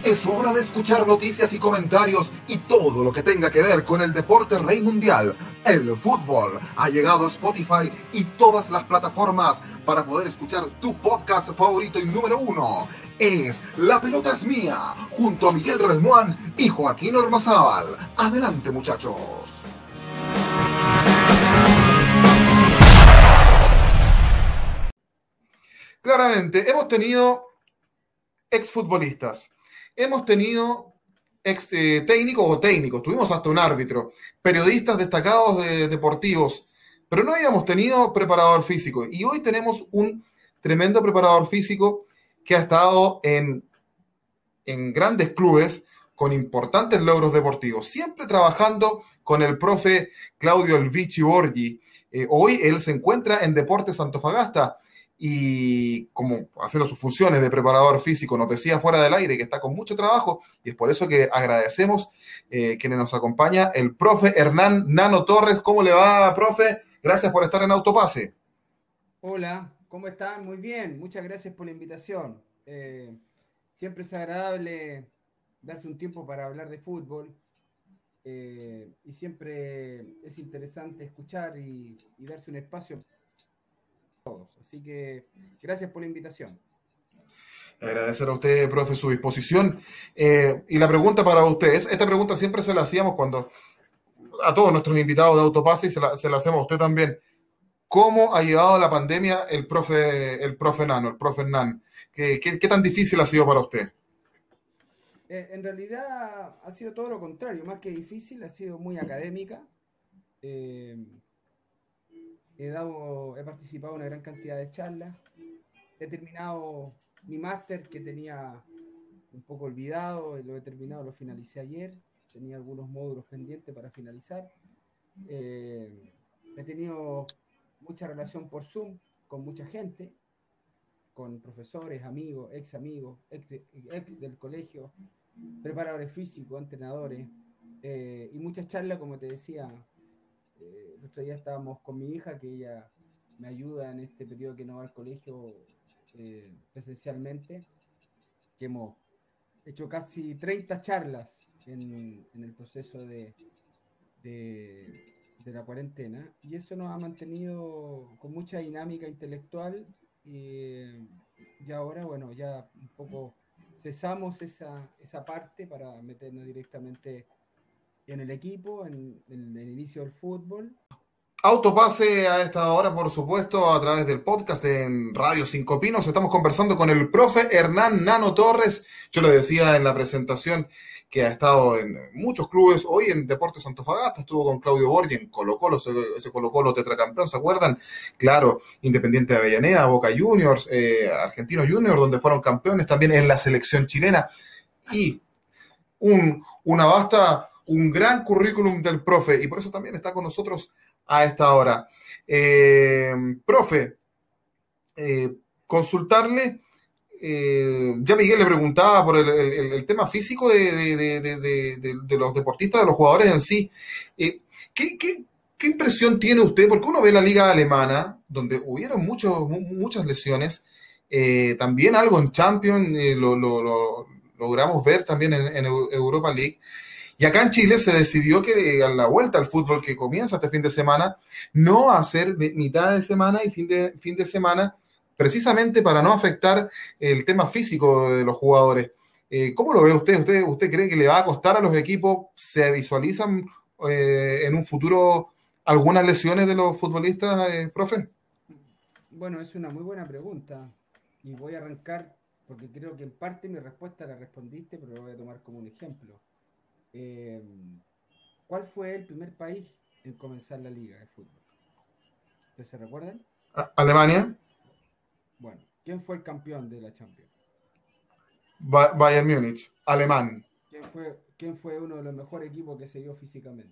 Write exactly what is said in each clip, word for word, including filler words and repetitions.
Es hora de escuchar noticias y comentarios y todo lo que tenga que ver con el deporte rey mundial, el fútbol. Ha llegado a Spotify y todas las plataformas para poder escuchar tu podcast favorito y número uno. Es La Pelota es Mía, junto a Miguel Relmuán y Joaquín Ormazábal. Adelante, muchachos. Claramente, hemos tenido exfutbolistas, hemos tenido ex eh, técnicos o técnicos, tuvimos hasta un árbitro, periodistas destacados de, deportivos, pero no habíamos tenido preparador físico. Y hoy tenemos un tremendo preparador físico que ha estado en, en grandes clubes con importantes logros deportivos, siempre trabajando con el profe Claudio El Vichy Borghi. Eh, hoy él se encuentra en Deportes Antofagasta y como haciendo sus funciones de preparador físico, nos decía fuera del aire que está con mucho trabajo y es por eso que agradecemos eh, que nos acompaña el profe Hernán Nano Torres. ¿Cómo le va, profe? Gracias por estar en Autopase. Hola, ¿cómo están? Muy bien, muchas gracias por la invitación. Eh, siempre es agradable darse un tiempo para hablar de fútbol eh, y siempre es interesante escuchar y, y darse un espacio a todos. Así que gracias por la invitación. Agradecer a usted, profe, su disposición. Eh, y la pregunta para ustedes, esta pregunta siempre se la hacíamos cuando a todos nuestros invitados de Autopase y se la, se la hacemos a usted también. ¿Cómo ha llevado la pandemia el profe, el profe Nano, el profe Hernán? ¿Qué, qué, qué tan difícil ha sido para usted? Eh, en realidad ha sido todo lo contrario, más que difícil, ha sido muy académica. Eh, he dado, he participado en una gran cantidad de charlas. He terminado mi máster que tenía un poco olvidado, lo he terminado, lo finalicé ayer, tenía algunos módulos pendientes para finalizar. Eh, he tenido mucha relación por Zoom con mucha gente, con profesores, amigos, ex amigos, ex, de, ex del colegio, preparadores físicos, entrenadores, eh, y muchas charlas, como te decía, eh, el otro día estábamos con mi hija, que ella me ayuda en este periodo que no va al colegio eh, presencialmente, que hemos hecho casi treinta charlas en, en el proceso de, de, de, la cuarentena, y eso nos ha mantenido con mucha dinámica intelectual y, y ahora, bueno, ya un poco cesamos esa, esa parte para meternos directamente en el equipo, en, en el inicio del fútbol. Autopase a esta hora, por supuesto, a través del podcast en Radio Cinco Pinos. Estamos conversando con el profe Hernán Nano Torres. Yo le decía en la presentación que ha estado en muchos clubes. Hoy en Deportes Antofagasta estuvo con Claudio Borghi en Colo-Colo, ese Colo-Colo tetracampeón, ¿se acuerdan? Claro, Independiente de Avellaneda, Boca Juniors, eh, Argentinos Juniors, donde fueron campeones también en la selección chilena. Y un, una vasta, un gran currículum del profe. Y por eso también está con nosotros a esta hora. Eh, profe, eh, consultarle, eh, ya Miguel le preguntaba por el, el, el tema físico de, de, de, de, de, de los deportistas, de los jugadores en sí. Eh, ¿qué, qué, ¿Qué impresión tiene usted? Porque uno ve la liga alemana, donde hubieron muchos, muchas lesiones, eh, también algo en Champions, eh, lo, lo, lo logramos ver también en, en Europa League. Y acá en Chile se decidió que a la vuelta al fútbol que comienza este fin de semana, no hacer mitad de semana y fin de, fin de semana, precisamente para no afectar el tema físico de los jugadores. Eh, ¿Cómo lo ve usted? usted? ¿Usted cree que le va a costar a los equipos? ¿Se visualizan eh, en un futuro algunas lesiones de los futbolistas, eh, profe? Bueno, es una muy buena pregunta y voy a arrancar porque creo que en parte mi respuesta la respondiste, pero lo voy a tomar como un ejemplo. Eh, ¿Cuál fue el primer país en comenzar la liga de fútbol? ¿Ustedes se recuerdan? Alemania. Bueno, ¿quién fue el campeón de la Champions? Ba Bayern Múnich, alemán. ¿Quién fue, ¿Quién fue uno de los mejores equipos que se dio físicamente?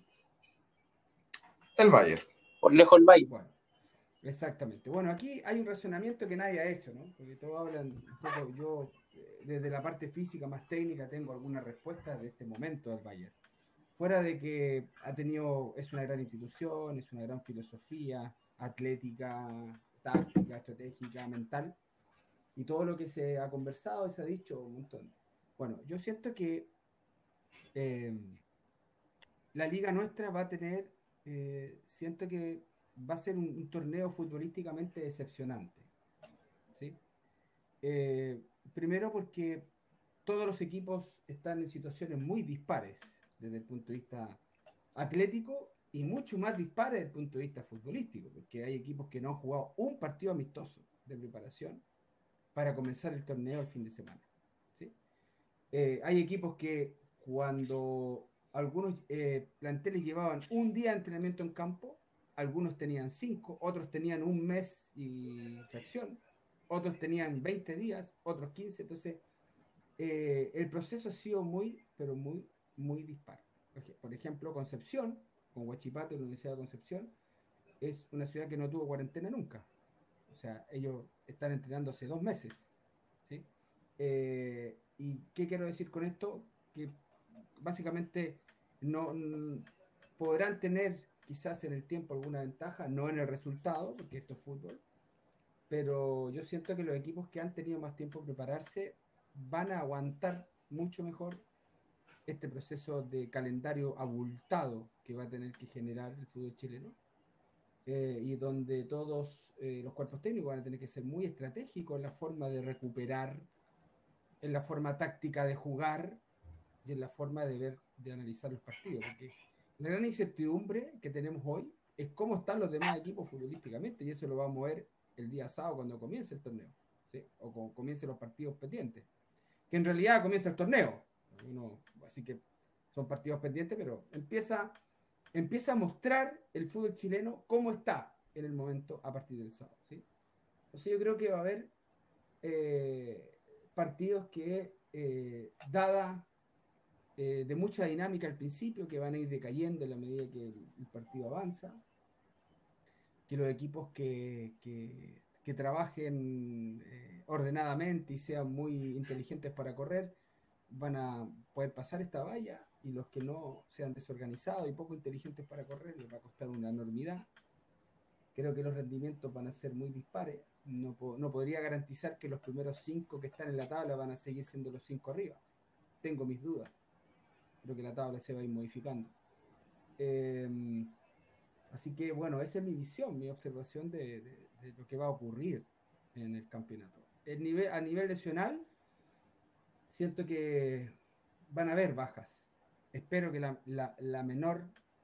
El Bayern. Por lejos el Bayern. Bueno, exactamente. Bueno, aquí hay un razonamiento que nadie ha hecho, ¿no? Porque todos hablan un poco, yo desde la parte física más técnica tengo algunas respuestas de este momento del Bayern. Fuera de que ha tenido, es una gran institución, es una gran filosofía atlética, táctica, estratégica, mental, y todo lo que se ha conversado y se ha dicho un montón. Bueno, yo siento que eh, la liga nuestra va a tener, eh, siento que va a ser un, un torneo futbolísticamente decepcionante, ¿sí? Eh, primero porque todos los equipos están en situaciones muy dispares desde el punto de vista atlético y mucho más dispares desde el punto de vista futbolístico, porque hay equipos que no han jugado un partido amistoso de preparación para comenzar el torneo el fin de semana, ¿sí? Eh, hay equipos que cuando algunos eh, planteles llevaban un día de entrenamiento en campo, algunos tenían cinco, otros tenían un mes y fracción, otros tenían veinte días, otros quince. Entonces eh, el proceso ha sido muy, pero muy, muy dispar. Por ejemplo, Concepción, con Huachipato, la Universidad de Concepción, es una ciudad que no tuvo cuarentena nunca. O sea, ellos están entrenando hace dos meses, ¿sí? Eh, ¿Y qué quiero decir con esto? Que básicamente no n- podrán tener quizás en el tiempo alguna ventaja, no en el resultado, porque esto es fútbol, pero yo siento que los equipos que han tenido más tiempo de prepararse van a aguantar mucho mejor este proceso de calendario abultado que va a tener que generar el fútbol chileno, eh, y donde todos eh, los cuerpos técnicos van a tener que ser muy estratégicos en la forma de recuperar, en la forma táctica de jugar y en la forma de ver, de analizar los partidos, porque la gran incertidumbre que tenemos hoy es cómo están los demás equipos futbolísticamente, y eso lo vamos a ver el día sábado cuando comience el torneo, ¿sí? O cuando comiencen los partidos pendientes, que en realidad comienza el torneo, uno, así que son partidos pendientes, pero empieza, empieza a mostrar el fútbol chileno cómo está en el momento a partir del sábado, ¿sí? Entonces yo creo que va a haber eh, partidos que, eh, dada eh, de mucha dinámica al principio, que van a ir decayendo en la medida que el, el partido avanza, que los equipos que, que, que trabajen eh, ordenadamente y sean muy inteligentes para correr van a poder pasar esta valla, y los que no sean desorganizados y poco inteligentes para correr les va a costar una enormidad. Creo que los rendimientos van a ser muy dispares. No, po no podría garantizar que los primeros cinco que están en la tabla van a seguir siendo los cinco arriba. Tengo mis dudas. Creo que la tabla se va a ir modificando. Eh, así que bueno, esa es mi visión, mi observación de, de, de lo que va a ocurrir en el campeonato. El nivel, a nivel nacional, siento que van a haber bajas. Espero que la, la, la menor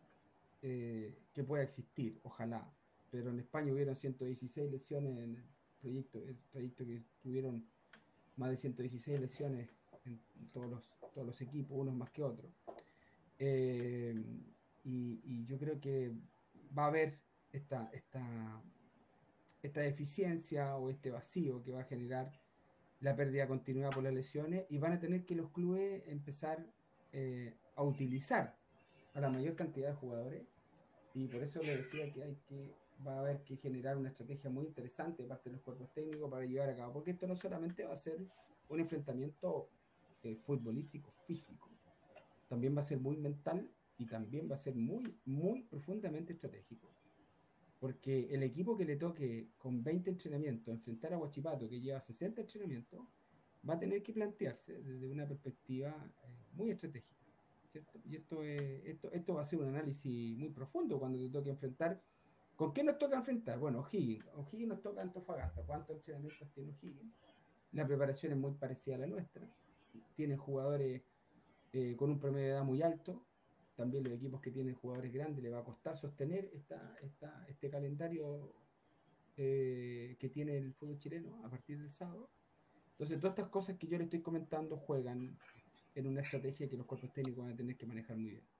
eh, que pueda existir, ojalá. Pero en España hubieron ciento dieciséis lesiones en el proyecto, el trayecto que tuvieron más de ciento dieciséis lesiones en, en todos, los, todos los equipos, unos más que otros. Eh, y, y, yo creo que va a haber esta, esta, esta deficiencia o este vacío que va a generar la pérdida continuada por las lesiones, y van a tener que los clubes empezar eh, a utilizar a la mayor cantidad de jugadores, y por eso le decía que hay que va a haber que generar una estrategia muy interesante de parte de los cuerpos técnicos para llevar a cabo, porque esto no solamente va a ser un enfrentamiento eh, futbolístico, físico, también va a ser muy mental y también va a ser muy, muy profundamente estratégico. Porque el equipo que le toque con veinte entrenamientos enfrentar a Huachipato, que lleva sesenta entrenamientos, va a tener que plantearse desde una perspectiva eh, muy estratégica, ¿cierto? Y esto, es, esto, esto va a ser un análisis muy profundo cuando te toque enfrentar. ¿Con qué nos toca enfrentar? Bueno, O'Higgins. O'Higgins nos toca Antofagasta. ¿Cuántos entrenamientos tiene O'Higgins? La preparación es muy parecida a la nuestra. Tienen jugadores eh, con un promedio de edad muy alto. También los equipos que tienen jugadores grandes les va a costar sostener esta, esta, este calendario eh, que tiene el fútbol chileno a partir del sábado. Entonces, todas estas cosas que yo le estoy comentando juegan en una estrategia que los cuerpos técnicos van a tener que manejar muy bien.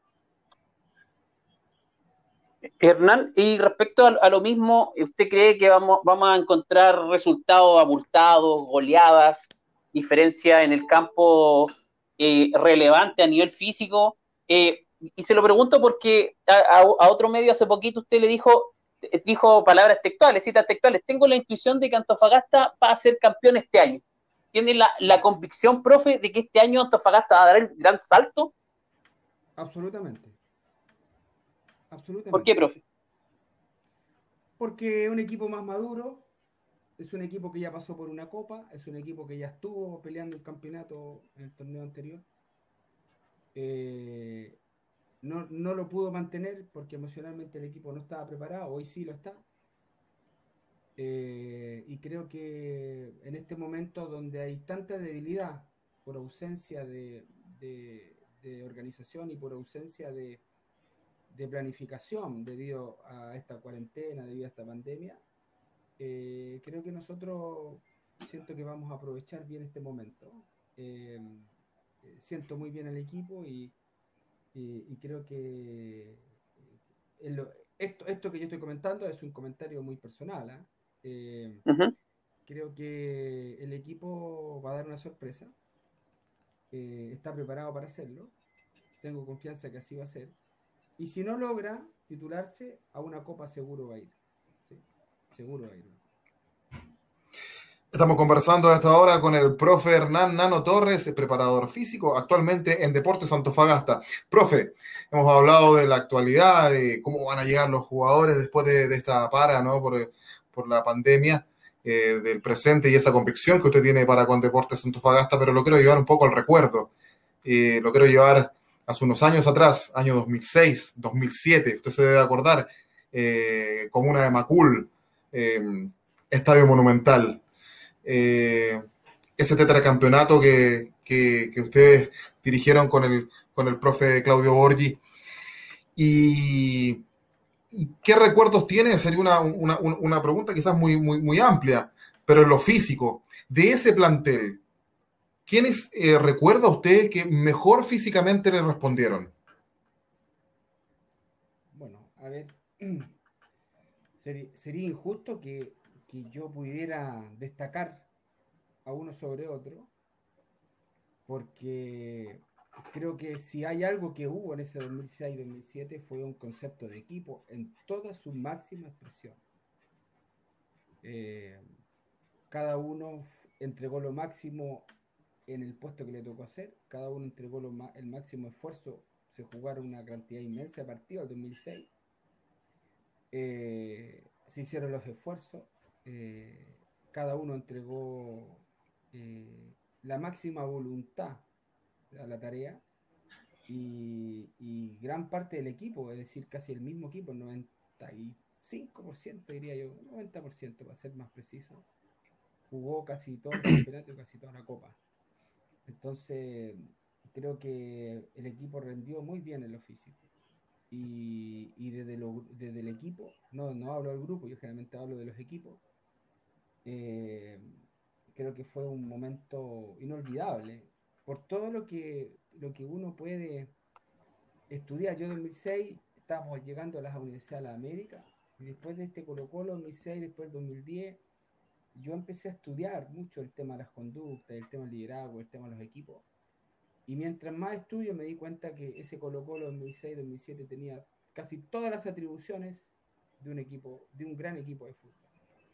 Hernán, y respecto a, a lo mismo, ¿usted cree que vamos, vamos a encontrar resultados abultados, goleadas, diferencia en el campo eh, relevante a nivel físico? Eh, y se lo pregunto porque a, a, a otro medio hace poquito usted le dijo, dijo palabras textuales, citas textuales, tengo la intuición de que Antofagasta va a ser campeón este año. ¿Tiene la, la convicción, profe, de que este año Antofagasta va a dar el gran salto? Absolutamente. Absolutamente. ¿Por qué, profe? Porque es un equipo más maduro, es un equipo que ya pasó por una copa, es un equipo que ya estuvo peleando el campeonato en el torneo anterior. Eh, no, no lo pudo mantener porque emocionalmente el equipo no estaba preparado, hoy sí lo está. Eh, y creo que en este momento donde hay tanta debilidad por ausencia de, de, de organización y por ausencia de, de planificación debido a esta cuarentena, debido a esta pandemia, eh, creo que nosotros siento que vamos a aprovechar bien este momento. Eh, siento muy bien al equipo y, y, y creo que en lo, esto, esto que yo estoy comentando es un comentario muy personal. ¿eh? Eh, Uh-huh. creo que el equipo va a dar una sorpresa. Eh, está preparado para hacerlo. Tengo confianza que así va a ser. Y si no logra titularse, a una copa seguro va a ir. ¿sí? Seguro va a ir. Estamos conversando a esta hora con el profe Hernán Nano Torres, preparador físico, actualmente en Deportes Antofagasta. Profe, hemos hablado de la actualidad, de cómo van a llegar los jugadores después de, de esta para, ¿no? Por, por la pandemia, eh, del presente y esa convicción que usted tiene para con Deportes Antofagasta, pero lo quiero llevar un poco al recuerdo. Eh, lo quiero llevar hace unos años atrás, año dos mil seis, dos mil siete, usted se debe acordar, eh, Comuna de Macul, eh, Estadio Monumental. Eh, ese tetracampeonato que, que, que ustedes dirigieron con el, con el profe Claudio Borgi. ¿Y qué recuerdos tiene? Sería una, una, una pregunta quizás muy, muy, muy amplia, pero en lo físico, de ese plantel, ¿quiénes eh, recuerda usted que mejor físicamente le respondieron? Bueno, a ver, sería, sería injusto que, que yo pudiera destacar a uno sobre otro, porque creo que si hay algo que hubo en ese dos mil seis dos mil siete fue un concepto de equipo en toda su máxima expresión. Eh, cada uno entregó lo máximo en el puesto que le tocó hacer, cada uno entregó lo el máximo esfuerzo, se jugaron una cantidad inmensa de partidos, el dos mil seis, eh, se hicieron los esfuerzos, eh, cada uno entregó eh, la máxima voluntad a la tarea y, y, gran parte del equipo, es decir, casi el mismo equipo, el noventa y cinco por ciento diría yo, noventa por ciento para ser más preciso, jugó casi todo el campeonato y casi toda la copa. Entonces, creo que el equipo rendió muy bien en lo físico. Y, y desde, lo, desde el equipo, no, no hablo del grupo, yo generalmente hablo de los equipos, eh, creo que fue un momento inolvidable por todo lo que, lo que uno puede estudiar. Yo en dos mil seis estábamos llegando a las universidades de la América y después de este Colo Colo dos mil seis, después del dos mil diez, yo empecé a estudiar mucho el tema de las conductas, el tema del liderazgo, el tema de los equipos. Y mientras más estudio me di cuenta que ese Colo Colo dos mil seis dos mil siete tenía casi todas las atribuciones de un equipo, de un gran equipo de fútbol.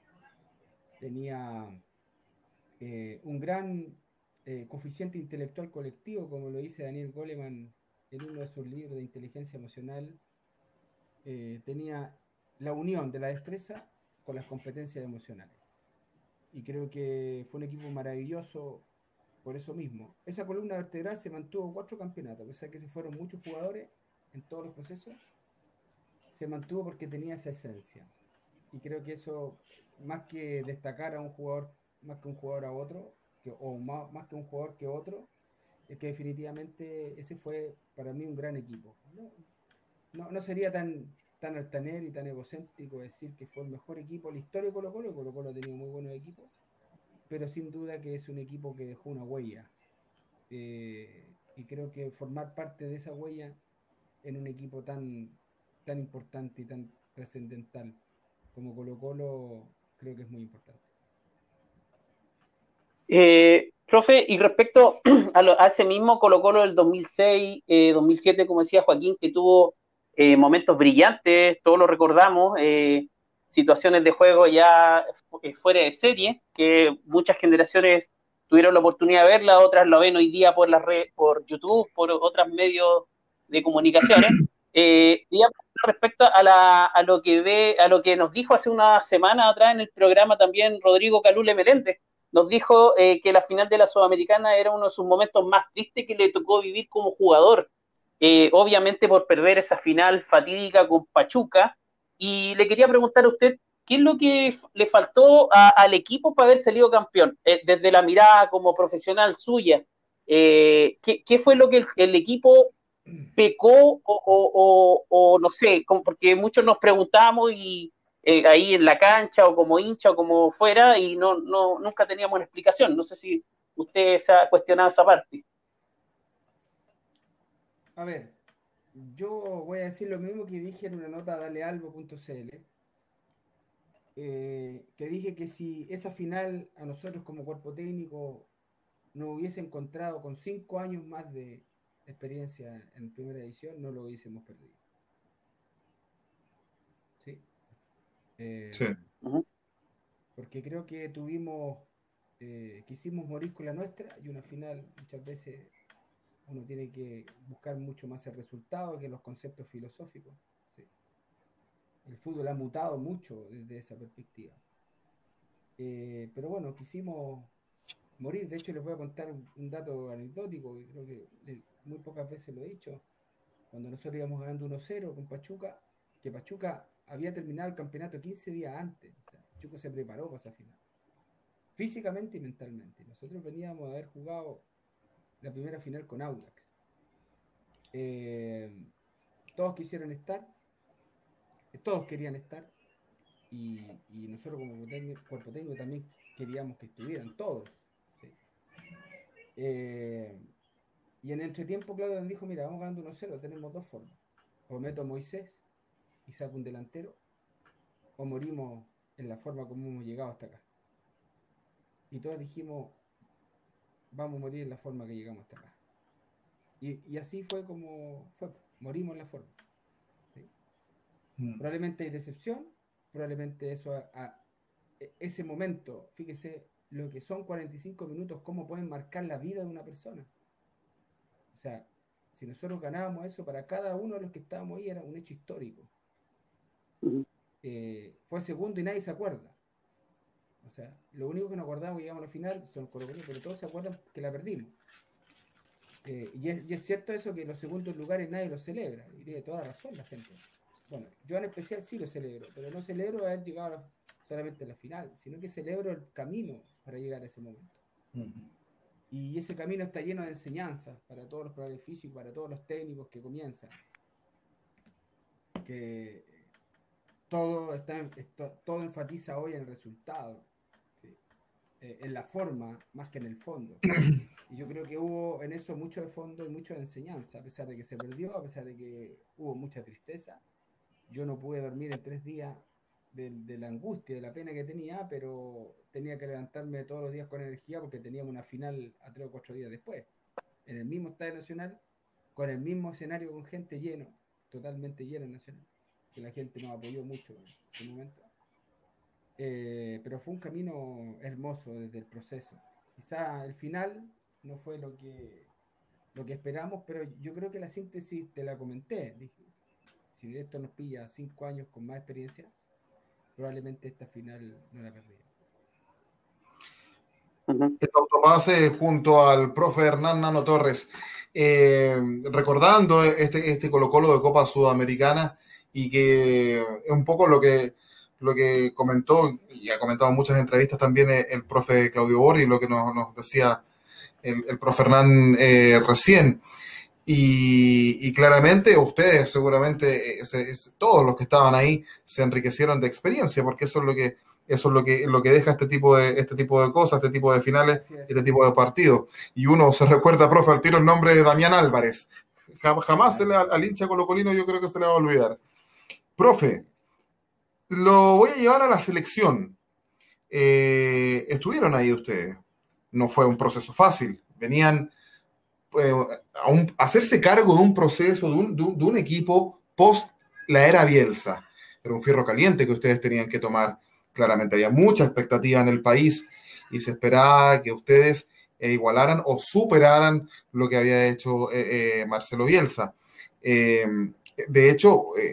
Tenía eh, un gran eh, coeficiente intelectual colectivo, como lo dice Daniel Goleman en uno de sus libros de inteligencia emocional. Eh, tenía la unión de la destreza con las competencias emocionales. Y creo que fue un equipo maravilloso por eso mismo. Esa columna vertebral se mantuvo cuatro campeonatos, a pesar que se fueron muchos jugadores en todos los procesos, se mantuvo porque tenía esa esencia. Y creo que eso, más que destacar a un jugador, más que un jugador a otro, que, o más, más que un jugador que otro, es que definitivamente ese fue para mí un gran equipo. No, no, no sería tan, tan altanero y tan egocéntrico decir que fue el mejor equipo de la historia de Colo Colo. Colo Colo ha tenido muy buenos equipos, pero sin duda que es un equipo que dejó una huella. Eh, y creo que formar parte de esa huella en un equipo tan, tan importante y tan trascendental como Colo Colo, creo que es muy importante. Eh, profe, y respecto a, lo, a ese mismo Colo Colo del dos mil seis, eh, dos mil siete, como decía Joaquín, que tuvo eh, momentos brillantes, todos lo recordamos, eh, situaciones de juego ya fuera de serie, que muchas generaciones tuvieron la oportunidad de verla, otras lo ven hoy día por las redes, por YouTube, por otros medios de comunicaciones. Eh, y respecto a, la, a lo que ve, a lo que nos dijo hace una semana atrás en el programa también Rodrigo Calule Meléndez. Nos dijo eh, que la final de la Sudamericana era uno de sus momentos más tristes que le tocó vivir como jugador, eh, obviamente por perder esa final fatídica con Pachuca. Y le quería preguntar a usted, ¿qué es lo que le faltó a, al equipo para haber salido campeón? Eh, desde la mirada como profesional suya, eh, ¿qué, ¿qué fue lo que el, el equipo pecó o, o, o, o no sé, como porque muchos nos preguntamos y eh, ahí en la cancha o como hincha o como fuera y no, no nunca teníamos una explicación? No sé si usted se ha cuestionado esa parte. A ver, yo voy a decir lo mismo que dije en una nota de dalealbo punto c l, eh, que dije que si esa final a nosotros como cuerpo técnico nos hubiese encontrado con cinco años más de experiencia en primera edición, no lo hubiésemos perdido. ¿Sí? Eh, Sí. Uh-huh. Porque creo que tuvimos, eh, quisimos morir con la nuestra y una final muchas veces uno tiene que buscar mucho más el resultado que los conceptos filosóficos. ¿Sí? El fútbol ha mutado mucho desde esa perspectiva. Eh, pero bueno, quisimos morir. De hecho, les voy a contar un, un dato anecdótico, que creo que eh, muy pocas veces lo he dicho. Cuando nosotros íbamos ganando uno cero con Pachuca, que Pachuca había terminado el campeonato quince días antes. O sea, Pachuca se preparó para esa final, físicamente y mentalmente. Nosotros veníamos a haber jugado la primera final con Audax. Eh, todos quisieron estar, todos querían estar, y, y nosotros como técnico, cuerpo técnico también queríamos que estuvieran todos. ¿Sí? Eh, y en entretiempo Claudio dijo, mira, vamos ganando uno cero, tenemos dos formas. O meto a Moisés y saco un delantero, o morimos en la forma como hemos llegado hasta acá. Y todos dijimos, vamos a morir en la forma que llegamos hasta acá. Y, y así fue como fue, morimos en la forma. ¿Sí? Mm. Probablemente hay decepción, probablemente eso a, a, ese momento, fíjese lo que son cuarenta y cinco minutos, cómo pueden marcar la vida de una persona. O sea, si nosotros ganábamos eso, para cada uno de los que estábamos ahí era un hecho histórico. Uh-huh. Eh, fue segundo y nadie se acuerda. O sea, lo único que nos acordamos que llegamos a la final son Colo Colo, pero todos se acuerdan que la perdimos. Eh, y, es, y es cierto eso, que los segundos lugares nadie los celebra, y tiene toda razón la gente. Bueno, yo en especial sí lo celebro, pero no celebro haber llegado a la, solamente a la final, sino que celebro el camino para llegar a ese momento. Uh-huh. Y ese camino está lleno de enseñanzas para todos los probadores físicos, para todos los técnicos que comienzan. Que todo, está, esto, todo enfatiza hoy en el resultado, ¿sí? eh, en la forma más que en el fondo. Y yo creo que hubo en eso mucho de fondo y mucho de enseñanza, a pesar de que se perdió, a pesar de que hubo mucha tristeza. Yo no pude dormir en tres días de, de la angustia, de la pena que tenía, pero tenía que levantarme todos los días con energía porque teníamos una final a tres o cuatro días después, en el mismo Estadio Nacional, con el mismo escenario, con gente lleno, totalmente lleno en Nacional, que la gente nos apoyó mucho en ese momento. Eh, pero fue un camino hermoso desde el proceso. Quizá el final no fue lo que, lo que esperamos, pero yo creo que la síntesis te la comenté. Dije, si esto nos pilla cinco años con más experiencia, probablemente esta final no la perdía. Uh-huh. Esta autopase junto al profe Hernán Nano Torres, eh, recordando este, este Colo Colo de Copa Sudamericana, y que es un poco lo que, lo que comentó, y ha comentado en muchas entrevistas también el, el profe Claudio Borri, lo que nos, nos decía el, el profe Hernán eh, recién. Y, y claramente ustedes seguramente, ese, ese, todos los que estaban ahí se enriquecieron de experiencia, porque eso es lo que eso es lo que lo que deja este tipo de este tipo de cosas, este tipo de finales, este tipo de partidos. Y uno se recuerda, profe, al tiro el nombre de Damián Álvarez. Jamás se le, al hincha colocolino yo creo que se le va a olvidar. Profe, lo voy a llevar a la selección. Eh, estuvieron ahí ustedes. No fue un proceso fácil. Venían eh, a un, hacerse cargo de un proceso, de un, de, un, de un equipo post la era Bielsa. Era un fierro caliente que ustedes tenían que tomar. Claramente había mucha expectativa en el país y se esperaba que ustedes eh, igualaran o superaran lo que había hecho eh, eh, Marcelo Bielsa. Eh, de hecho, eh,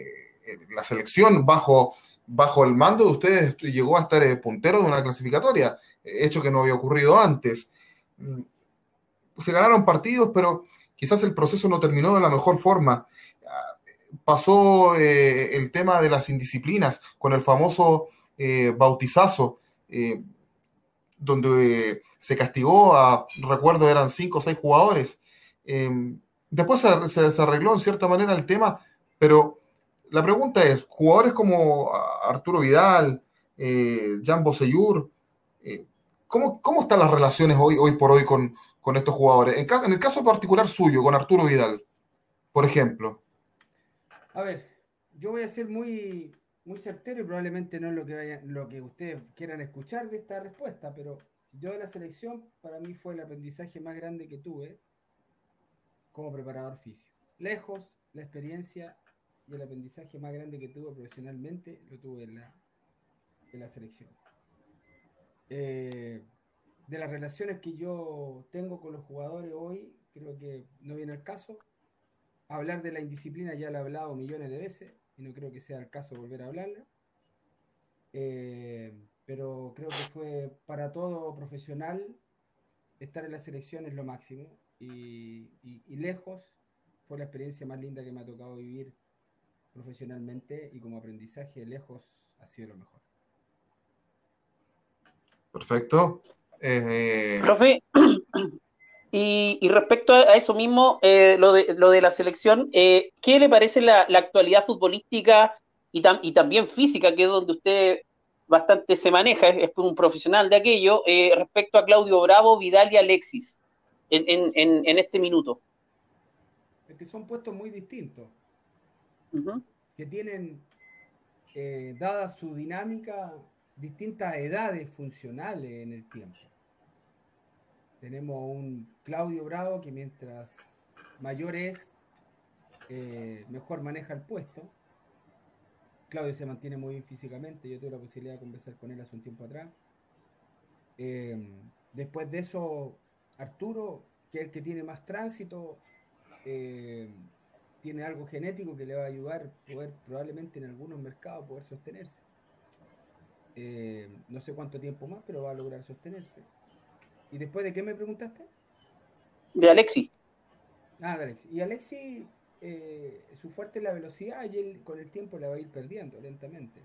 la selección bajo, bajo el mando de ustedes llegó a estar eh, puntero de una clasificatoria, hecho que no había ocurrido antes. Se ganaron partidos, pero quizás el proceso no terminó de la mejor forma. Pasó eh, el tema de las indisciplinas con el famoso eh, bautizazo, eh, donde eh, se castigó a, recuerdo, eran cinco o seis jugadores. Eh, después se, se, se arregló en cierta manera el tema, pero la pregunta es, jugadores como Arturo Vidal, eh, Jan Bosellur, eh, ¿cómo, ¿cómo están las relaciones hoy, hoy por hoy con, con estos jugadores? En, ca en el caso particular suyo, con Arturo Vidal, por ejemplo. A ver, yo voy a ser muy, muy certero y probablemente no es lo que, vaya, lo que ustedes quieran escuchar de esta respuesta, pero yo de la selección, para mí fue el aprendizaje más grande que tuve como preparador físico. Lejos, la experiencia y el aprendizaje más grande que tuve profesionalmente lo tuve en la, en la selección. Eh, de las relaciones que yo tengo con los jugadores hoy, creo que no viene el caso. Hablar de la indisciplina ya lo he hablado millones de veces y no creo que sea el caso volver a hablarla. Eh, pero creo que fue para todo profesional estar en la selección es lo máximo y, y, y lejos fue la experiencia más linda que me ha tocado vivir profesionalmente y como aprendizaje lejos ha sido lo mejor. Perfecto. Eh... Profe, y, y, respecto a eso mismo, eh, lo, de, lo de la selección, eh, ¿qué le parece la, la actualidad futbolística y, tam, y también física, que es donde usted bastante se maneja, es, es un profesional de aquello, eh, respecto a Claudio Bravo, Vidal y Alexis en, en, en, en este minuto? Es que son puestos muy distintos, uh-huh. que tienen, eh, dada su dinámica, distintas edades funcionales en el tiempo. Tenemos un Claudio Bravo que mientras mayor es, eh, mejor maneja el puesto. Claudio se mantiene muy bien físicamente, yo tuve la posibilidad de conversar con él hace un tiempo atrás. Eh, después de eso, Arturo, que es el que tiene más tránsito, eh, tiene algo genético que le va a ayudar a poder, probablemente en algunos mercados, poder sostenerse. Eh, no sé cuánto tiempo más, pero va a lograr sostenerse. ¿Y después de qué me preguntaste? De Alexis. Ah, de Alexis. Y Alexis, eh, su fuerte es la velocidad y él con el tiempo la va a ir perdiendo lentamente.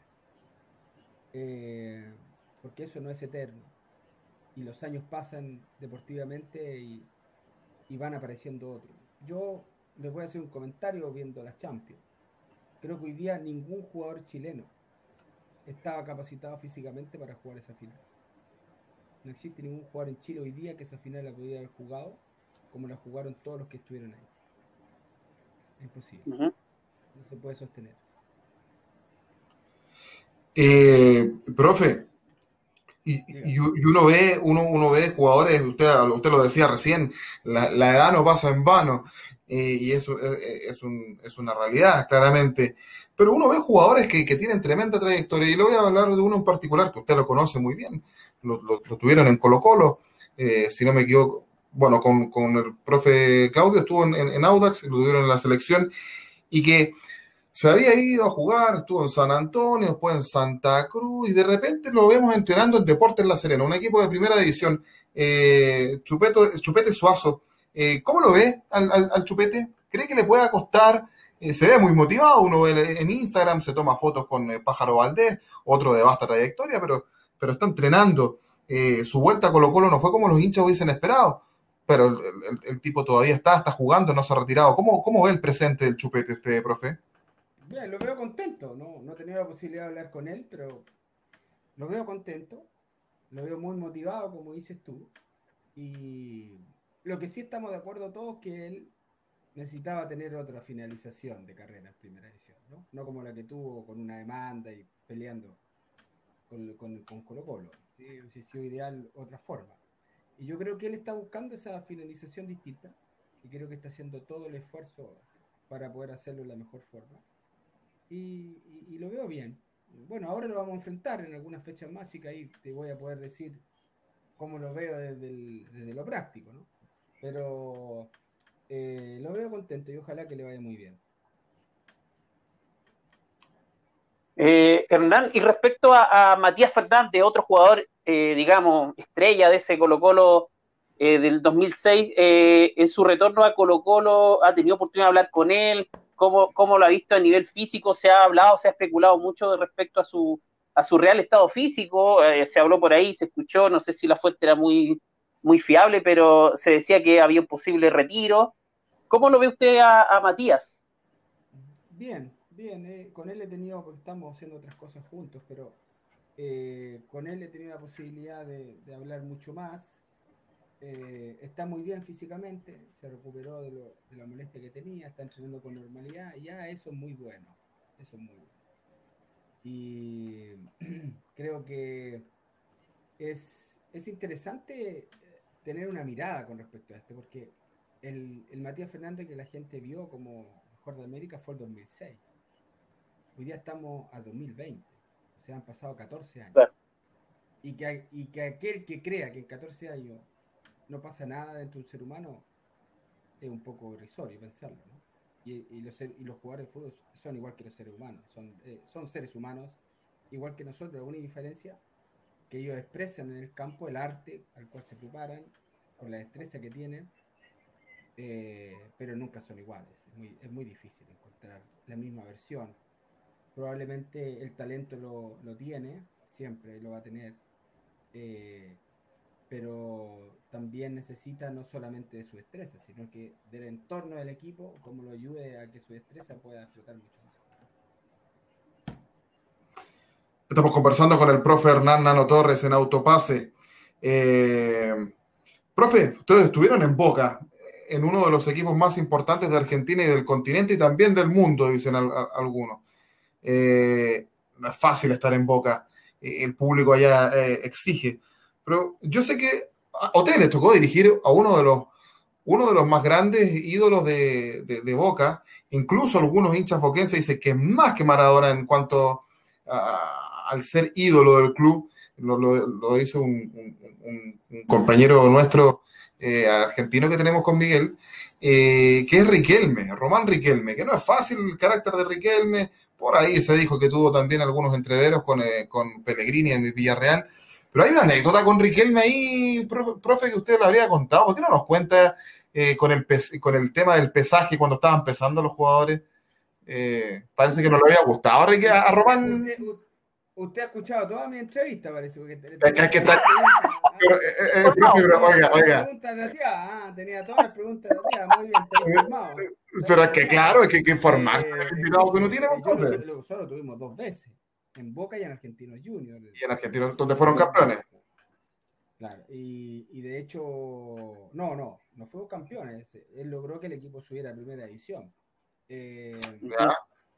Eh, porque eso no es eterno. Y los años pasan deportivamente y, y van apareciendo otros. Yo les voy a hacer un comentario viendo las Champions. Creo que hoy día ningún jugador chileno estaba capacitado físicamente para jugar esa final. No existe ningún jugador en Chile hoy día que esa final la pudiera haber jugado como la jugaron todos los que estuvieron ahí. Es imposible. Uh-huh. No se puede sostener. Eh, profe, y, y, y uno ve uno, uno ve jugadores, usted, usted lo decía recién, la, la edad no pasa en vano, eh, y eso es, es, un, es una realidad, claramente. Pero uno ve jugadores que, que tienen tremenda trayectoria, y le voy a hablar de uno en particular, que usted lo conoce muy bien, lo, lo, lo tuvieron en Colo-Colo, eh, si no me equivoco, bueno, con, con el profe Claudio estuvo en, en, en Audax, lo tuvieron en la selección, y que se había ido a jugar, estuvo en San Antonio, después en Santa Cruz, y de repente lo vemos entrenando en Deportes La Serena, un equipo de primera división. Eh, Chupeto, Chupete Suazo, eh, ¿cómo lo ve al, al, al Chupete? ¿Cree que le pueda costar? Eh, se ve muy motivado, uno ve en Instagram, se toma fotos con eh, Pájaro Valdés, otro de vasta trayectoria, pero, pero está entrenando. Eh, su vuelta a Colo-Colo no fue como los hinchas hubiesen esperado, pero el, el, el tipo todavía está, está jugando, no se ha retirado. ¿Cómo, cómo ve el presente del Chupete usted, profe? Bien, lo veo contento, no, no he tenido la posibilidad de hablar con él, pero lo veo contento, lo veo muy motivado, como dices tú, y lo que sí estamos de acuerdo todos que él necesitaba tener otra finalización de carrera en primera división, ¿no? No como la que tuvo con una demanda y peleando con, con, con Colo Colo, ¿sí? Hubiese sido ideal otra forma. Y yo creo que él está buscando esa finalización distinta y creo que está haciendo todo el esfuerzo para poder hacerlo de la mejor forma. Y, y, y lo veo bien. Bueno, ahora lo vamos a enfrentar en algunas fechas más, así que ahí te voy a poder decir cómo lo veo desde, el, desde lo práctico, ¿no? Pero eh, lo veo contento y ojalá que le vaya muy bien. Eh, Hernán, y respecto a, a Matías Fernández, otro jugador, eh, digamos, estrella de ese Colo-Colo eh, del dos mil seis, eh, en su retorno a Colo-Colo, ¿ha tenido oportunidad de hablar con él? ¿Cómo, cómo lo ha visto a nivel físico? ¿Se ha hablado, se ha especulado mucho respecto a su, a su real estado físico? Eh, se habló por ahí, se escuchó, no sé si la fuente era muy, muy fiable, pero se decía que había un posible retiro. ¿Cómo lo ve usted a, a Matías? Bien, bien, eh, con él he tenido, porque estamos haciendo otras cosas juntos, pero eh, con él he tenido la posibilidad de, de hablar mucho más. Eh, está muy bien físicamente, se recuperó de, lo, de, la molestia que tenía, está entrenando con normalidad, y ya eso es muy bueno, eso es muy bueno. Y creo que es, es interesante tener una mirada con respecto a esto, porque el, el Matías Fernández que la gente vio como mejor de América fue el dos mil seis. Hoy día estamos a dos mil veinte, o sea, han pasado catorce años. Claro. Y que, y que aquel que crea que en catorce años no pasa nada dentro de un ser humano es un poco irrisorio pensarlo, ¿no? Y, y, los, y los jugadores de fútbol son igual que los seres humanos, son, eh, son seres humanos igual que nosotros. La única diferencia que ellos expresan en el campo el arte al cual se preparan, con la destreza que tienen, eh, pero nunca son iguales. Es muy, es muy difícil encontrar la misma versión. Probablemente el talento lo, lo tiene, siempre lo va a tener, eh, pero también necesita no solamente de su destreza, sino que del entorno del equipo, como lo ayude a que su destreza pueda explotar mucho más. Estamos conversando con el profe Hernán Nano Torres en Autopase. Eh, profe, ustedes estuvieron en Boca, en uno de los equipos más importantes de Argentina y del continente y también del mundo, dicen al, a, algunos. Eh, no es fácil estar en Boca, eh, el público allá eh, exige. Pero yo sé que a ustedes les tocó dirigir a uno de los, uno de los más grandes ídolos de, de, de Boca. Incluso algunos hinchas boquenses dicen que es más que Maradona en cuanto a, al ser ídolo del club. Lo, lo, lo dice un, un, un, compañero nuestro eh, argentino que tenemos con Miguel, eh, que es Riquelme, Román Riquelme, que no es fácil el carácter de Riquelme. Por ahí se dijo que tuvo también algunos entreveros con, eh, con Pellegrini en el Villarreal. Pero hay una anécdota con Riquelme ahí, profe, profe, que usted lo habría contado. ¿Por qué no nos cuenta eh, con, el pes con el tema del pesaje cuando estaban empezando los jugadores? Eh, parece que no le había gustado Rique, a, a Román. Usted, usted, usted ha escuchado toda mi entrevista, parece, porque Es que está... Pero, eh, eh, profe, pero, oiga, oiga. Preguntas de tía, ah, tenía todas las preguntas de tía, muy bien, está informado. Está pero es que informado. claro, es que hay que informarse eh, del invitado que uno tiene, eh, yo profe. lo, lo, solo tuvimos dos veces, en Boca y en Argentinos Juniors. Y en Argentina, donde fueron campeones. Claro, y, y de hecho, no, no, no fuimos campeones. Él logró que el equipo subiera a primera división. Eh, ¿Ya?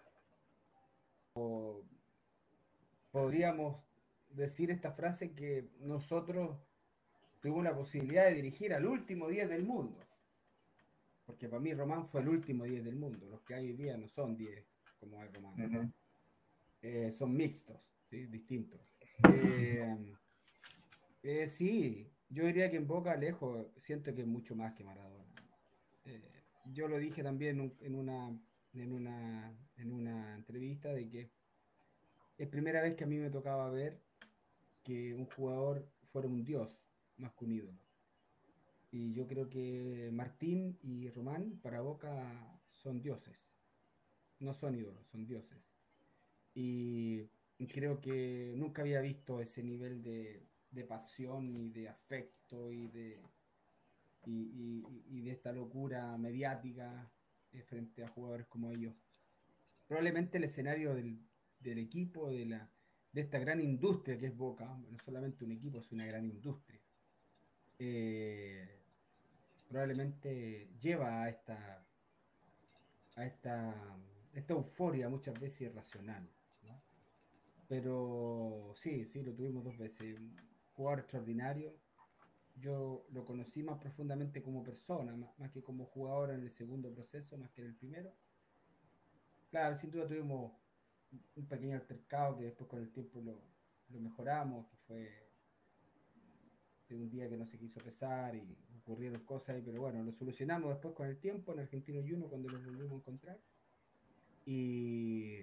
o, podríamos decir esta frase que nosotros tuvimos la posibilidad de dirigir al último diez del mundo. Porque para mí Román fue el último diez del mundo. Los que hay hoy día no son diez como hay Román. Uh-huh. Eh, son mixtos, ¿sí? Distintos. Eh, eh, sí, yo diría que en Boca lejos siento que es mucho más que Maradona. Eh, yo lo dije también en una, en, una, en una entrevista de que es primera vez que a mí me tocaba ver que un jugador fuera un dios más que un ídolo. Y yo creo que Martín y Román para Boca son dioses. No son ídolos, son dioses. Y creo que nunca había visto ese nivel de, de pasión y de afecto y de, y, y, y de esta locura mediática eh, frente a jugadores como ellos. Probablemente el escenario del, del equipo, de, la, de esta gran industria que es Boca, no solamente un equipo, es una gran industria. Eh, probablemente lleva a esta a esta, esta euforia muchas veces irracional, ¿no? Pero sí, sí, lo tuvimos dos veces. Un jugador extraordinario. Yo lo conocí más profundamente como persona, más, más que como jugador en el segundo proceso, más que en el primero. Claro, sin duda tuvimos un pequeño altercado que después con el tiempo lo, lo mejoramos, que fue de un día que no se quiso pesar y ocurrieron cosas ahí, pero bueno, lo solucionamos después con el tiempo en Argentinos Juniors cuando nos volvimos a encontrar. Y,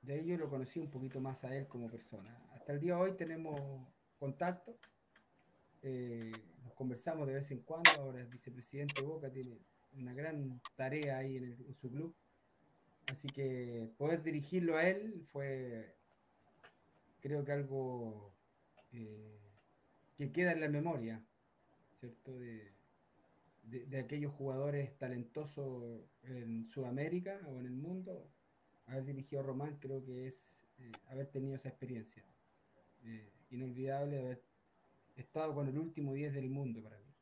de ahí yo lo conocí un poquito más a él como persona. Hasta el día de hoy tenemos contacto, eh, nos conversamos de vez en cuando, ahora es vicepresidente de Boca, tiene una gran tarea ahí en, el, en su club, así que poder dirigirlo a él fue, creo que algo eh, que queda en la memoria, ¿cierto? De, de, de aquellos jugadores talentosos en Sudamérica o en el mundo, haber dirigido a Román creo que es eh, haber tenido esa experiencia eh, inolvidable de haber estado con el último diez del mundo para mí.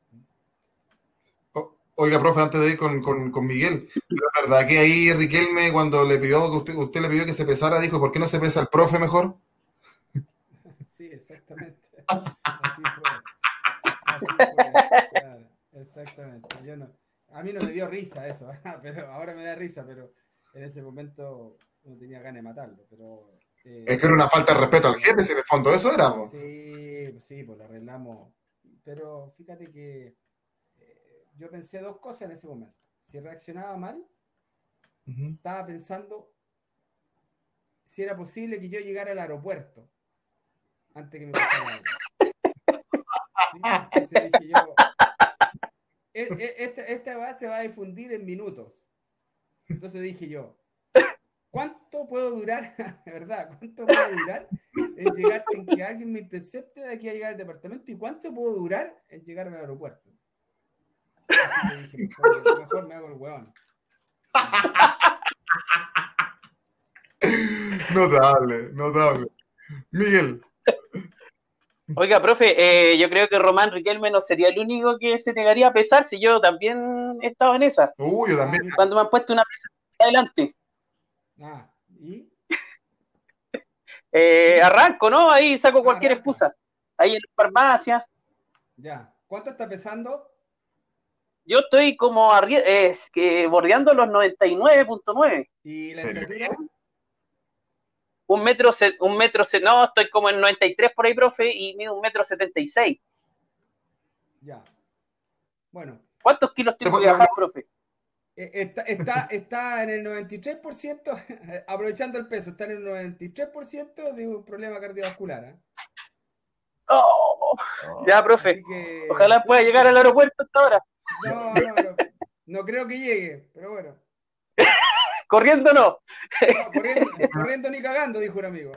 O- Oiga, profe, antes de ir con, con, con Miguel, ¿es verdad que ahí Riquelme, cuando le pidió que usted, usted le pidió que se pesara, dijo, ¿por qué no se pesa el profe mejor? Sí, exactamente. Así fue. Así fue. Claro, exactamente. Yo no, a mí no me dio risa eso, pero ahora me da risa, pero en ese momento no tenía ganas de matarlo. Pero Es eh, que era una falta de respeto al no, jefe, si en el fondo eso era, po. sí, sí, pues lo arreglamos. Pero fíjate que eh, yo pensé dos cosas en ese momento. Si reaccionaba mal, Ujú. estaba pensando si era posible que yo llegara al aeropuerto antes que me pasara algo. ¿Sí? Entonces dije yo, "E- e- esta, esta va se va a difundir en minutos. Entonces dije yo, ¿cuánto puedo durar, de verdad? ¿Cuánto puedo durar en llegar sin que alguien me intercepte de aquí a llegar al departamento? ¿Y cuánto puedo durar en llegar al aeropuerto? Así que dije, mejor, mejor me hago el hueón. Sí. Notable, notable. Miguel. Oiga, profe, eh, yo creo que Román Riquelme no sería el único que se negaría a pesar si yo también he estado en esa. Uy, yo Ah, también. yo Cuando me han puesto una pesa adelante, ah, ¿y? eh, ¿Y? arranco, ¿no? Ahí saco Ah, cualquier arranca. excusa. Ahí en la farmacia. Ya. ¿Cuánto está pesando? Yo estoy como arri- es que bordeando los noventa y nueve punto nueve. ¿Y la ¿En serio? estatura? Un metro, se- un metro, se- no, estoy como en noventa y tres por ahí, profe, y mido un metro setenta y seis. Ya. Bueno, ¿Cuántos kilos Le tengo pon- que le- bajar, le- profe? eh, está, está, está en el noventa y tres por ciento, aprovechando el peso, está en el noventa y tres por ciento de un problema cardiovascular. ¿Eh? Oh, ya, profe. Así que Ojalá pueda llegar al cuídese. aeropuerto hasta ahora. No, no, no, no creo que llegue, pero bueno. Corriendo no. No, corriendo, corriendo ni cagando, dijo un amigo.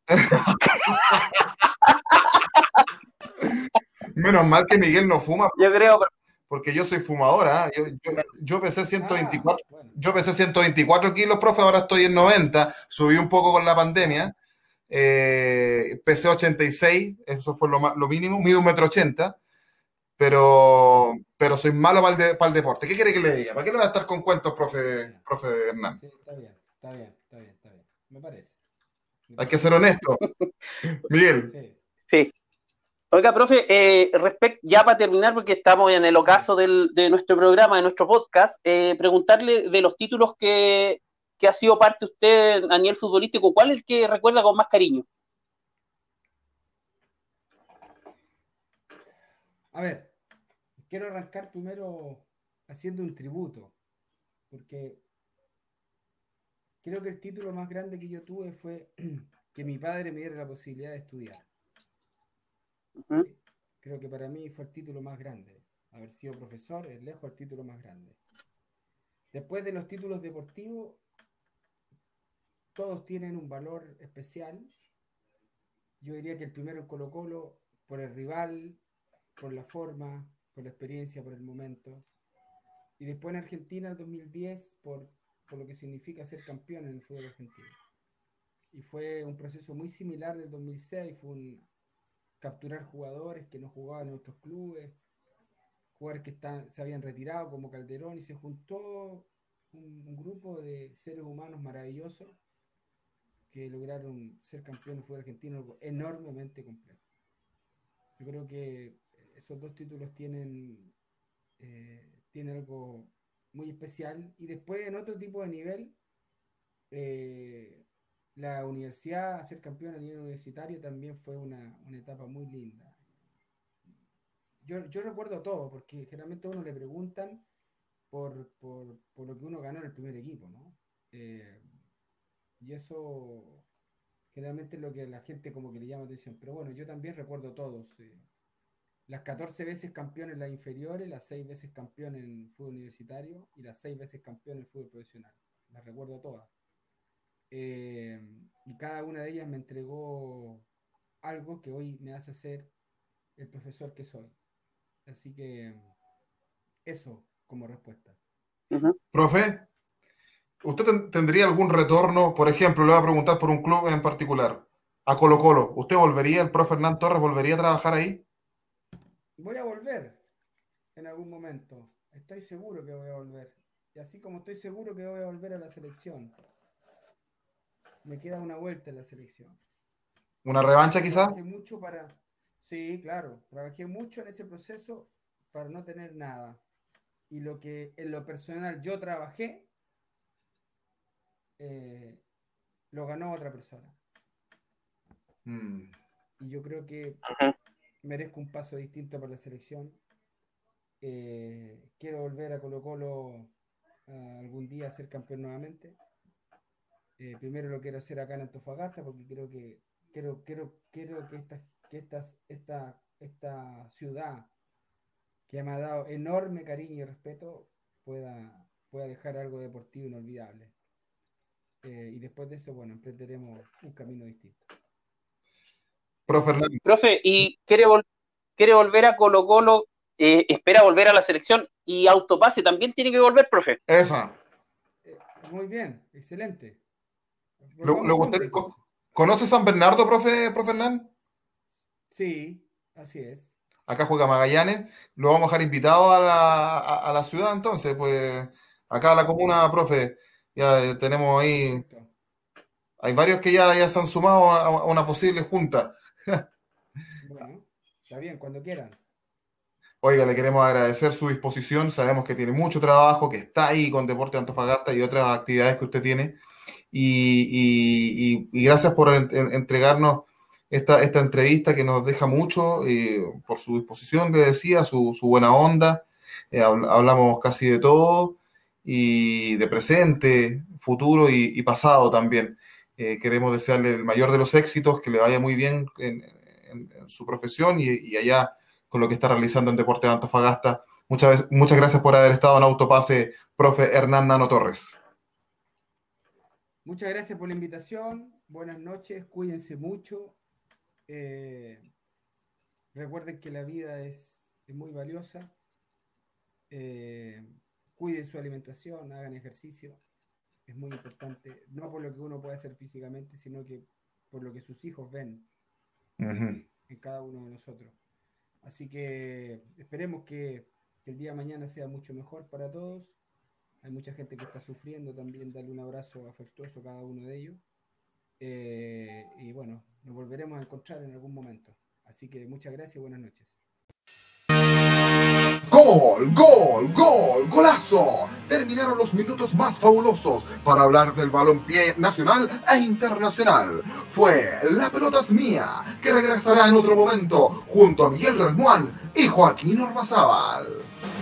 Menos mal que Miguel no fuma, Yo creo, porque yo soy fumadora. Yo, yo, yo pesé Ah, ciento veinticuatro, bueno. yo pesé ciento veinticuatro kilos, profe, ahora estoy en noventa. Subí un poco con la pandemia. Eh, pesé ochenta y seis, eso fue lo, ma- lo mínimo. Mido un metro ochenta, pero, pero soy malo para el, de- para el deporte. ¿Qué quiere que le diga? ¿Para qué le va a estar con cuentos, profe, Ya. profe Hernán? Sí, está bien, está bien, está bien, está bien. Me parece. Me Hay que parece. ser honesto. Miguel. Sí, sí. Oiga, profe, eh, respect- ya para terminar, porque estamos en el ocaso del, de nuestro programa, de nuestro podcast, eh, preguntarle de los títulos que, que ha sido parte usted a nivel futbolístico, ¿cuál es el que recuerda con más cariño? a ver, quiero arrancar primero haciendo un tributo, porque creo que el título más grande que yo tuve fue que mi padre me diera la posibilidad de estudiar. Ujú. ¿Sí? Creo que para mí fue el título más grande. Haber sido profesor es lejos el título más grande. Después de los títulos deportivos, todos tienen un valor especial. Yo diría que el primero en Colo Colo, por el rival, por la forma, por la experiencia, por el momento. Y después en Argentina, el dos mil diez, por, por lo que significa ser campeón en el fútbol argentino. Y fue un proceso muy similar del dos mil seis, fue un capturar jugadores que no jugaban en otros clubes, jugadores que están, se habían retirado como Calderón, y se juntó un, un grupo de seres humanos maravillosos que lograron ser campeones del fútbol argentino, algo enormemente complejo. Yo creo que esos dos títulos tienen, eh, tienen algo muy especial. Y después, en otro tipo de nivel, eh, la universidad, ser campeón a nivel universitario también fue una, una etapa muy linda. Yo, yo recuerdo todo, porque generalmente a uno le preguntan por, por, por lo que uno ganó en el primer equipo, ¿no? Eh, Y eso generalmente es lo que a la gente como que le llama atención. Pero bueno, yo también recuerdo todos. Eh, las catorce veces campeón en las inferiores, las seis veces campeón en fútbol universitario y las seis veces campeón en fútbol profesional. Las recuerdo todas. Eh, y cada una de ellas me entregó algo que hoy me hace ser el profesor que soy. Así que eso como respuesta. Uh-huh. Profe, ¿usted ten- tendría algún retorno? Por ejemplo, le voy a preguntar por un club en particular, a Colo Colo. ¿Usted volvería, el profe Hernán Torres, volvería a trabajar ahí? Voy a volver en algún momento. Estoy seguro que voy a volver. Y así como estoy seguro que voy a volver a la selección. Me queda una vuelta en la selección. ¿Una revancha quizás? Trabajé mucho para... Sí, claro. Trabajé mucho en ese proceso para no tener nada. Y lo que en lo personal yo trabajé, eh, lo ganó otra persona. Mm. Y yo creo que Uh-huh. merezco un paso distinto para la selección. Eh, quiero volver a Colo Colo uh, algún día a ser campeón nuevamente. Eh, primero lo quiero hacer acá en Antofagasta porque creo que quiero, quiero, quiero que, esta, que estas, esta, esta ciudad que me ha dado enorme cariño y respeto pueda, pueda dejar algo deportivo inolvidable. Eh, y después de eso, bueno, emprenderemos un camino distinto. Profe Hernán. Profe, ¿y quiere, vol- quiere volver a Colo Colo? Eh, ¿espera volver a la selección? Y Autopase también tiene que volver, profe. Esa. Eh, muy bien, excelente. ¿Le, le Volvamos gustaría- juntos. co- ¿Conoce San Bernardo, profe, profe Hernán? Sí, así es. Acá juega Magallanes. Lo vamos a dejar invitado a la, a, a la ciudad, entonces, pues, acá a la comuna, profe, ya eh, tenemos ahí, Perfecto. hay varios que ya, ya se han sumado a, a una posible junta. Bueno, está bien, cuando quieran. Oiga, le queremos agradecer su disposición. Sabemos que tiene mucho trabajo, que está ahí con Deporte Antofagasta y otras actividades que usted tiene. Y, y- y- y gracias por en- en- entregarnos esta, esta entrevista que nos deja mucho, eh, por su disposición, le decía, su, su buena onda. Eh, habl- hablamos casi de todo, y de presente, futuro y, y pasado también. Eh, queremos desearle el mayor de los éxitos, que le vaya muy bien en, en- en su profesión y, y allá con lo que está realizando en Deportes de Antofagasta. Muchas, veces- muchas gracias por haber estado en Autopase, profe Hernán Nano Torres. Muchas gracias por la invitación. Buenas noches, cuídense mucho. Eh, recuerden que la vida es, es muy valiosa. Eh, cuiden su alimentación, hagan ejercicio. Es muy importante, no por lo que uno puede hacer físicamente, sino que por lo que sus hijos ven Ujú. en cada uno de nosotros. Así que esperemos que, que el día de mañana sea mucho mejor para todos. Hay mucha gente que está sufriendo también, darle un abrazo afectuoso a cada uno de ellos. Eh, y bueno, nos volveremos a encontrar en algún momento. Así que muchas gracias y buenas noches. ¡Gol, gol, gol, golazo! Terminaron los minutos más fabulosos para hablar del balompié nacional e internacional. Fue La Pelota es Mía, que regresará en otro momento junto a Miguel Relmuán y Joaquín Ormazábal.